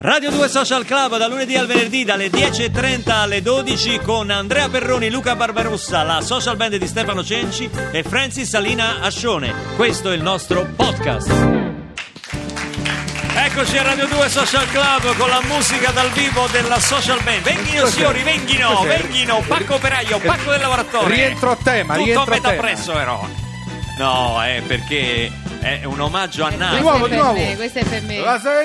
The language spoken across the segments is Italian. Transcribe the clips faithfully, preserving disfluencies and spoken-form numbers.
Radio due Social Club da lunedì al venerdì dalle dieci e trenta alle dodici con Andrea Perroni, Luca Barbarossa, la social band di Stefano Cenci e Francis Salina Ascione. Questo è il nostro podcast. Eccoci a Radio due Social Club con la musica dal vivo della social band. Venghino signori, venghino, venghino, pacco operaio, pacco del lavoratore. Rientro a tema, tutto rientro a metà tema. presso però. No, è perché è un omaggio a Nando. Di nuovo, di nuovo. Questo è per me. La sei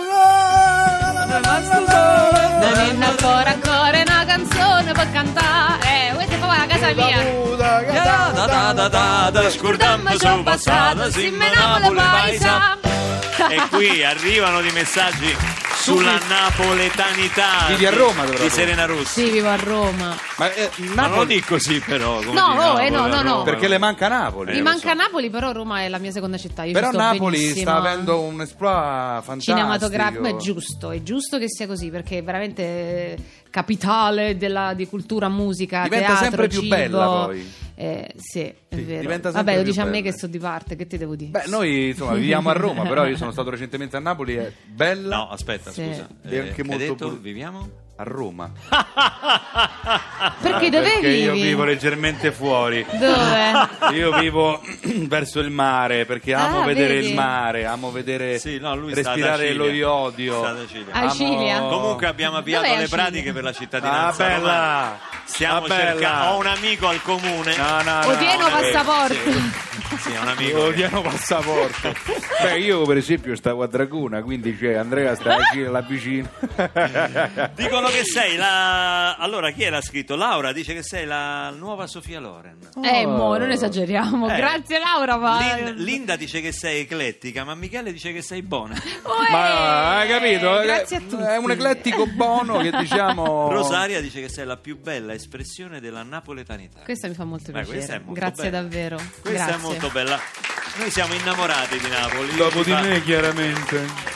Non è ancora ancora una canzone per cantare. Eh, questa è proprio la casa mia. Da da da da da da scordammo sul passato, si menavo le paesa. E qui arrivano di messaggi sulla napoletanità. Vivi a Roma, di, di Serena Rossi. Sì, vivo a Roma. Ma eh, Ma non Napoli, lo dico così però. come No, di oh, eh, Napoli, no, a no, no. Roma. perché le manca Napoli. Mi lo manca so. Napoli, però Roma è la mia seconda città. Io Però ci sto Napoli benissimo. sta avendo un esploit fantastico. Cinematografico, è giusto, è giusto che sia così perché è veramente capitale della, di cultura, musica, Diventa teatro, sempre più cibo. bella poi. Eh, sì, è Sì, vero. diventa sempre Vabbè, lo più dici a me bella. che sto di parte, che ti devo dire? Beh, noi insomma viviamo a Roma, però io sono stato recentemente a Napoli, è bella. No, aspetta, Sì. scusa. E anche che hai molto detto? pur- Viviamo? A Roma. Perché Eh, dove perché vivi? io vivo leggermente fuori. Dove? Io vivo verso il mare perché amo Ah, vedere vedi? il mare, amo vedere Sì, no, lui sta ad respirare Acilia. lo iodio. Sta ad Acilia. A Amo- Acilia? Comunque abbiamo avviato Dov'è le Acilia? pratiche per la cittadinanza Ah, bella! romana. Stiamo Ah, bella! cercando. Ho un amico al comune. No, no, no. Odieno eh, passaporto. Sì, sì, è un amico. che- Odiano passaporto. Beh, io per esempio stavo a Dragona, quindi c'è Andrea sta vicino, là vicino. Dicono che sei la. Allora, chi era scritto? Laura dice che sei la nuova Sofia Loren. Eh, mo, non esageriamo. Eh. Grazie Laura, ma... Lin- Linda dice che sei eclettica, ma Michele dice che sei buona. Uè, Ma hai capito? Grazie a tutti. È un eclettico buono che diciamo. Rosaria dice che sei la più bella espressione della napoletanità. Questa mi fa molto Beh, piacere. questa è molto Grazie bella. davvero. Questa Grazie. è molto bella. Noi siamo innamorati di Napoli. Dopo di Fa- me, chiaramente.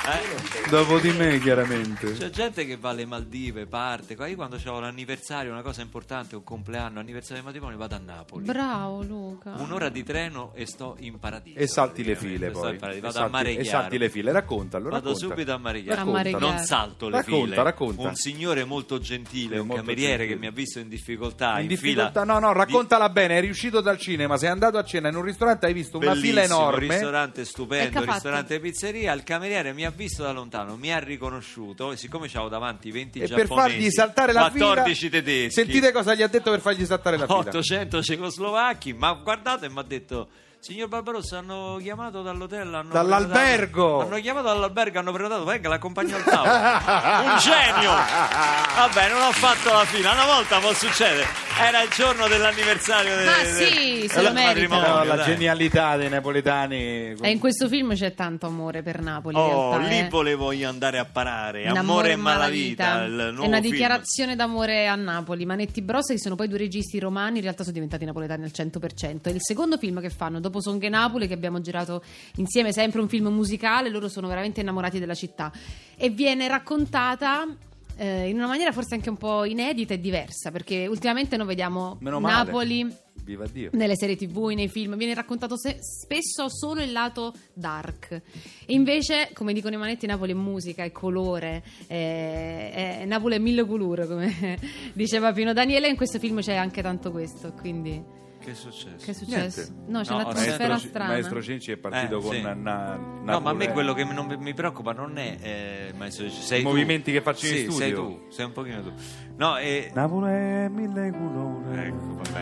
Eh? Dopo di me, chiaramente. C'è gente che va alle Maldive, parte. Io quando c'ho l'anniversario, una cosa importante, un compleanno, anniversario di matrimonio, vado a Napoli. Bravo Luca. Un'ora di treno e sto in paradiso. E salti le praticamente. file Sto poi. in paradiso. E Vado a salti- Mare e Chiaro. salti le file, raccontalo. Vado racconta. subito a Mare Chiaro. A Mare Racconta. Chiaro. Non salto le Racconta, file. racconta. Un signore molto gentile, un Molto cameriere gentile. che mi ha visto in difficoltà. In in difficoltà, fila no, no, di- raccontala bene. È uscito dal cinema, sei andato a cena in un ristorante, hai visto una fila Bellissimo, enorme. ristorante E stupendo, che ha fatto? ristorante pizzeria. Il cameriere mi ha visto da lontano, mi ha riconosciuto e siccome c'avevo davanti venti E giapponesi, per fargli saltare la quattordici fila, tedeschi, sentite cosa gli ha detto per fargli saltare la fila. ottocento cecoslovacchi, ma guardato e mi ha detto: signor Barbarossa, hanno chiamato dall'hotel, hanno Dall'albergo. prenotato- hanno chiamato dall'albergo, hanno prenotato, venga, l'accompagno al tavolo. Un genio. Vabbè, non ho fatto la fila, una volta può succedere. Era il giorno dell'anniversario de- Ma de- sì, se del lo merita. matrimonio, No, la dai. genialità dei napoletani. E in questo film c'è tanto amore per Napoli. Oh, in realtà, lì eh. volevo io andare a parare. Un Amore e malavita, il È nuovo una film. dichiarazione d'amore a Napoli. Manetti Bros, che sono poi due registi romani, in realtà sono diventati napoletani al cento per cento. È il secondo film che fanno dopo Songhe Napoli, che abbiamo girato insieme, sempre un film musicale. Loro sono veramente innamorati della città e viene raccontata eh, in una maniera forse anche un po' inedita e diversa, perché ultimamente noi vediamo Meno male. Napoli Viva Dio. nelle serie tv, nei film, viene raccontato se- spesso solo il lato dark, e invece, come dicono i Manetti, Napoli è musica, è colore, è, è- Napoli è mille colore, come diceva Pino Daniele. In questo film c'è anche tanto questo, quindi Che è successo? che è successo? Niente. No, c'è No, un'atmosfera Maestro, strana. Maestro Cenci è partito Eh, con sì. na- na- No, ma a me Napoli- quello che non mi preoccupa non è eh, maestro, sei I tu. movimenti che faccio in Sì, studio. sei tu, sei un pochino tu. No, e Napoli è mille colori. ecco, vabbè.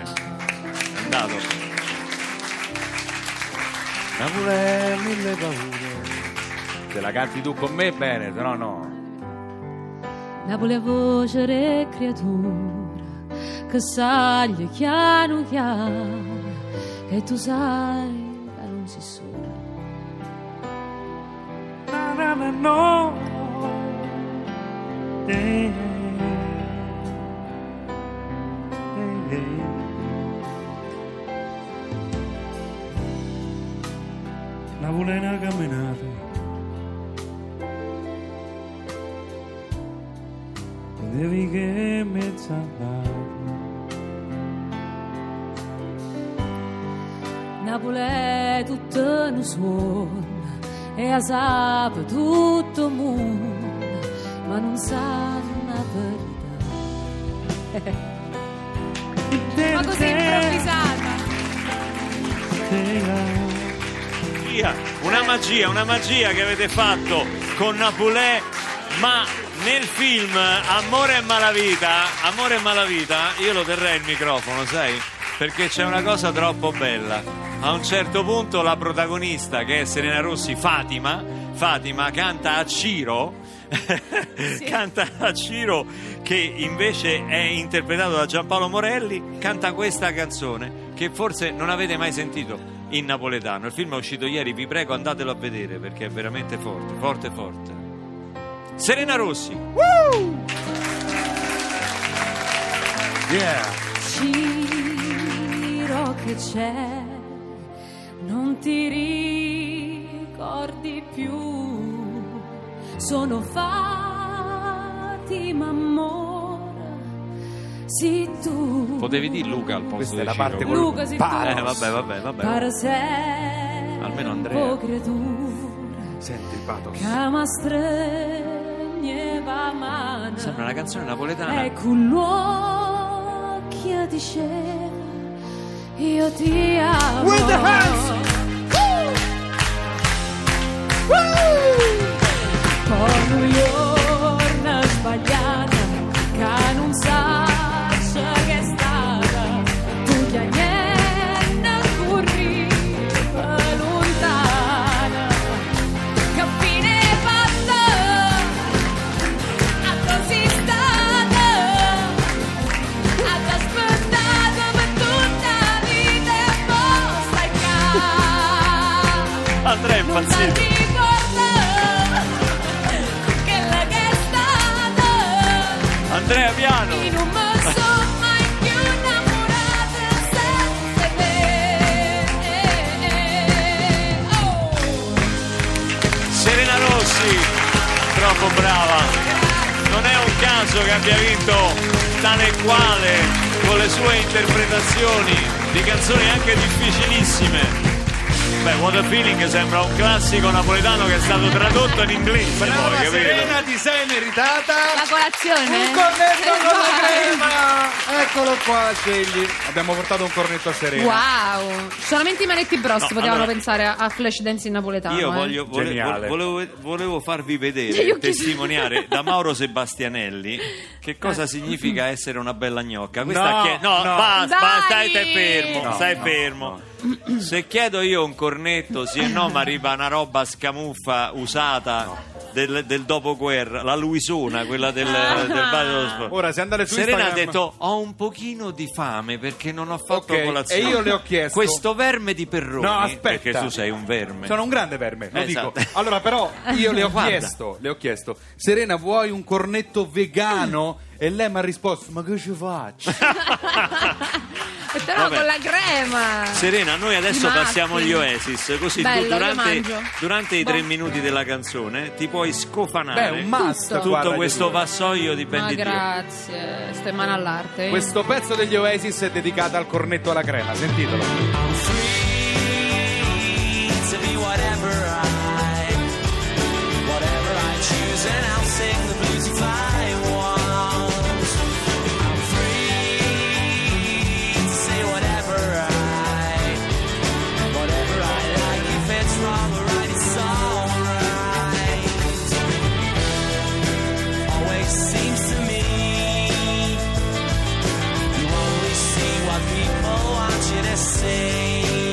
È andato. Napoli è mille paure. Se la canti tu con me, bene, se no no. Napoli è voce re creatura che saglia chiaro chiaro, e tu sai che non si sola. Na, na, no. Eh, eh, eh. Napoli è una camminata. Devi che mezza Napoli è tutto un suono e a sape tutto il mondo, ma non sanno la verità. Ma così improvvisata. Via, una magia, una magia che avete fatto con Napulè, ma nel film Amore e Malavita, Amore e Malavita, io lo terrei il microfono, sai? Perché c'è una cosa troppo bella. A un certo punto la protagonista, che è Serena Rossi, Fatima, Fatima canta a Ciro. Sì. Canta a Ciro, che invece è interpretato da Giampaolo Morelli, canta questa canzone che forse non avete mai sentito in napoletano. Il film è uscito ieri, vi prego andatelo a vedere perché è veramente forte, forte, forte. Serena Rossi. Woo! Yeah. Ciro che c'è, non ti ricordi più. Sono Fatima, amore, sì tu. Potevi dire Luca al posto Questa di è la Ciro. parte Luca, sì tu. Eh vabbè, vabbè, vabbè. Per sempre. Almeno Andrea. Creatura, Senti il pathos. che mi stregneva mano. Sembra una canzone napoletana. Ecco l'uomo che diceva io ti amo. With the hands! Poi un giorno sbagliata che non sa che è stata, tu che niente corri lontana, che fine hai fatto a così stata, a ti aspettato per tutta la vita e poi stai qua. Andrea è Non impazzito. ti Andrea piano. non mi sono mai più innamorata senza te. Oh. Serena Rossi, troppo brava. Non è un caso che abbia vinto tale e quale con le sue interpretazioni di canzoni anche difficilissime. Beh, What a Feeling sembra un classico napoletano che è stato tradotto in inglese. Brava poi, capito? Serena, ti sei meritata La colazione? un cornetto con la crema. Eccolo qua, scegli. Abbiamo portato un cornetto a Serena. Wow, solamente i manetti bros No, potevano allora, pensare a, a flash dance in napoletano. Io eh. voglio, vole- Geniale. volevo, volevo farvi vedere, Io chi- testimoniare da Mauro Sebastianelli che cosa significa essere una bella gnocca. Questa No, che- no, no. basta, Dai! stai stai fermo, No, stai no, fermo. Se chiedo io un cornetto, sì e no, mi arriva una roba scamuffa usata del, del dopoguerra, la Luisona, quella del, del bar dello sport. Ora, se andate su Serena ha Instagram- detto ho un pochino di fame perché non ho fatto Ok, colazione. e io le ho chiesto- questo verme di Perroni, No, aspetta. perché tu sei un verme. Sono un grande verme, lo Esatto. dico. Allora, però, io le ho Guarda. chiesto, le ho chiesto, Serena, vuoi un cornetto vegano? E lei mi ha risposto, ma che ci faccio? Però Vabbè. con la crema. Serena, noi adesso I matti. passiamo agli Oasis, così Bello, tu io durante, mangio. durante i Boh. tre minuti della canzone ti puoi scofanare Beh, un must, Tutto. tutto guarda, questo Gesù. vassoio di Ma Ben di Dio. grazie, sto in mano all'arte. Questo pezzo degli Oasis è dedicato al cornetto alla crema, sentitelo. To be whatever I, whatever I choose, and I'll sing the blues if I want. I'm free to say whatever I, whatever I like. If it's wrong or right, it's alright. Always seems to me you only see what people want you to see.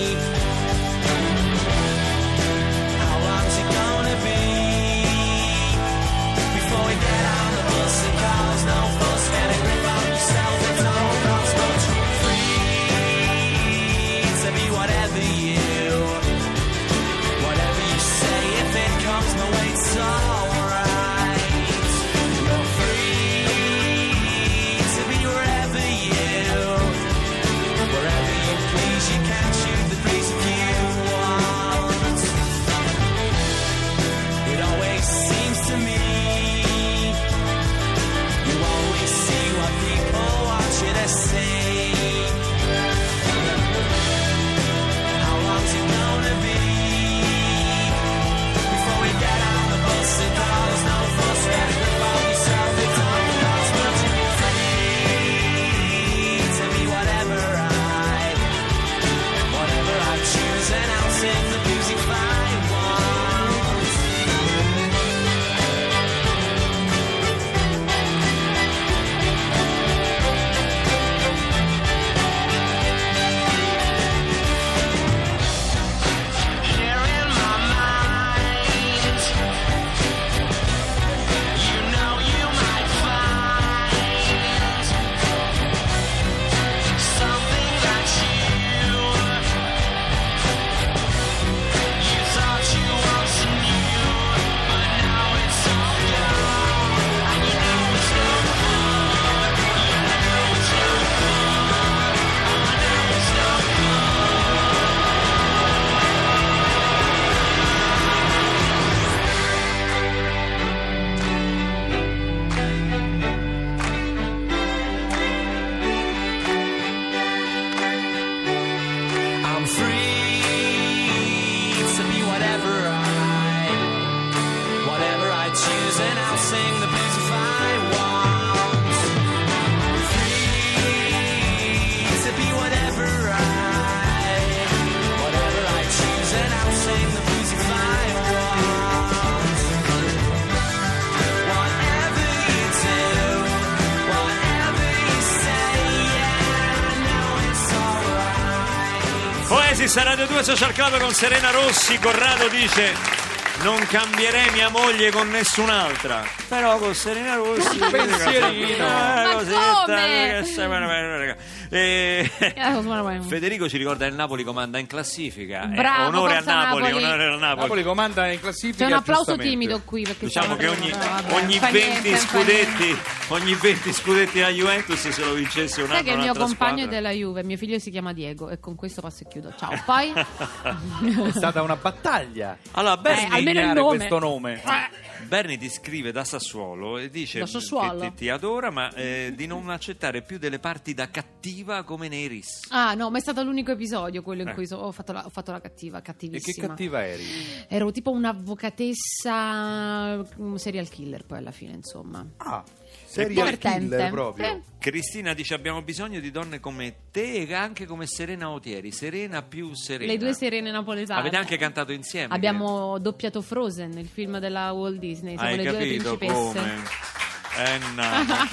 Francis a Radio due Social Club con Serena Rossi. Corrado dice: non cambierei mia moglie con nessun'altra, però con Serena Rossi pensierino. Ma cosetta, come? che sei- eh, Federico ci ricorda che il Napoli comanda in classifica. Eh, Bravo, onore a forza Napoli, Napoli. onore al Napoli. Napoli comanda in classifica. C'è un applauso giustamente. timido qui perché Diciamo stiamo che ogni, parlando, vabbè, ogni fa venti niente, fa scudetti niente. ogni venti scudetti la Juventus se lo vincesse un Sai anno che il mio un'altra compagno è squadra. della Juve, mio figlio si chiama Diego e con questo passo e chiudo. Ciao. Poi È stata una battaglia. Allora Berni, Eh, almeno il Dichiare nome. questo nome. Berni ti scrive da Sassuolo e dice Da Sassuolo? che ti, ti adora, ma eh, di non accettare più delle parti da cattiva come nei Ris. Ah no, ma è stato l'unico episodio quello in Eh. cui so- ho, fatto la, ho fatto la cattiva, E che cattivissima. cattiva eri? Ero tipo un'avvocatessa, un serial killer poi alla fine, insomma. Ah, Divertente. serial killer proprio. Eh. Cristina dice abbiamo bisogno di donne come te e anche come Serena Otieri. Serena più Serena. Le due Serene napoletane. Avete anche cantato insieme. Abbiamo doppiato Frozen, il film della Walt Disney. Siamo Hai le due capito principesse. come? Eh no.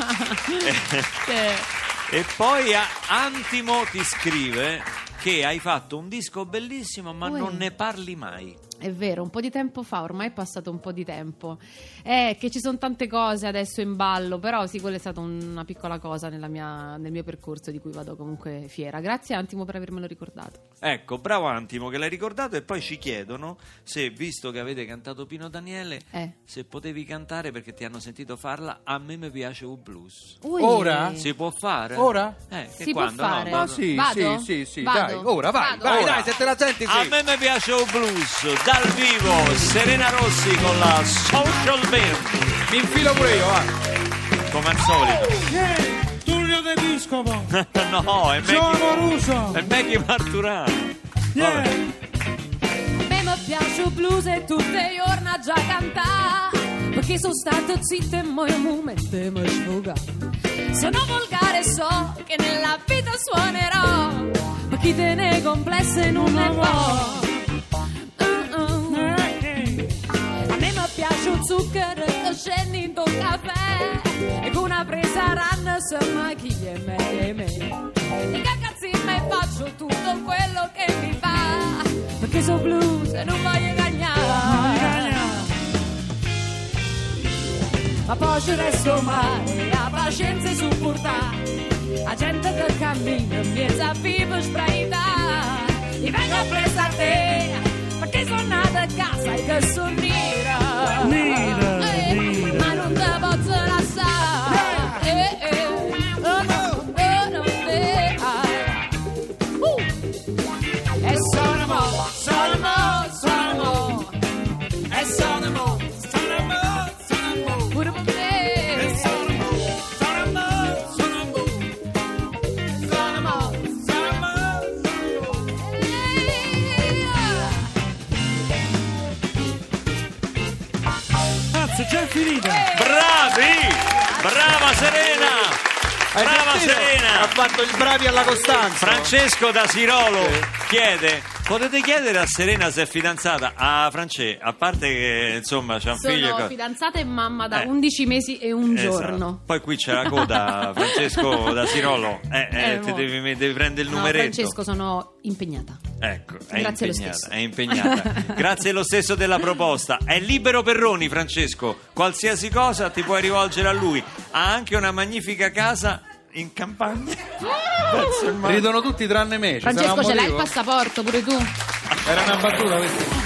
Sì. E poi a- Antimo ti scrive che hai fatto un disco bellissimo ma Uè. non ne parli mai. È vero, un po' di tempo fa, ormai è passato un po' di tempo. È che ci sono tante cose adesso in ballo, però sì, quella è stata una piccola cosa nella mia- nel mio percorso di cui vado comunque fiera. Grazie Antimo per avermelo ricordato. Ecco, bravo Antimo che l'hai ricordato e poi ci chiedono se, visto che avete cantato Pino Daniele, Eh. se potevi cantare perché ti hanno sentito farla A me mi piace un blues. Ui. Ora? Si può fare? Ora? Eh, che Si può quando? fare? No, Ma no. sì, Vado? sì, sì, sì, Vado? dai, ora vai, Vado? vai, Ora. dai, se te la senti sì. A me mi piace un blues dal vivo, Serena Rossi con la Social Band. Mi infilo pure io, va. Come al solito. Tullio De Piscopo, No, è Giovo Maggie, Russo, è Maggie Marturano. yeah. A me mi piace il blues e tutte le giorni già cantare, perché sono stato zitta e mo un momento mi sfoga. Sono volgare so che nella vita suonerò, ma chi te ne complesse non ne può. Uh-uh. A me mi piace il zucchero che scendi in tuo caffè, e con una presa ranna insomma chi è meglio è me. E cagazzi me faccio tutto quello che mi fa, perché sono blues e non voglio cagnare. Ma poi ci resto male, la pazienza supportare, la gente che cammina mi sa vivo sbraitare. Mi vengo presa a te, perché sono nata a casa e che sono nera. Nera, Eh, nera. ma non te posso lasciare. Eh, eh. Oh, no, oh, no, eh, ah. Uh. E sono mo, sono mo, sono mo. E sono mo, sono mo, sono mo. Pure per me. E sono mo, sono mo, sono mo. Sono mo, sono mo, sono mo. Eh, ah. Cazzo, già è finita. Bravi! Brava Serena! Hai Brava sentito? Serena! Ha fatto il bravi alla Costanza. Francesco da Sirolo chiede: potete chiedere a Serena se è fidanzata? A France, a parte che insomma c'ha un figlio. Sono co- fidanzata e mamma da Eh. undici mesi e un Esatto. giorno. Poi qui c'è la coda, Francesco da Sirolo. Eh, eh, Eh, ti mo. devi, devi prendere il No, numeretto. Francesco, sono impegnata. Ecco, è Grazie lo impegnata, stesso. è impegnata. Grazie lo stesso della proposta. È libero Perroni, Francesco. Qualsiasi cosa ti puoi rivolgere a lui. Ha anche una magnifica casa in campagna. Verso il mare. Ridono tutti tranne me. ci sarà Francesco, un ce l'hai il motivo? passaporto pure tu? Era una battuta questa.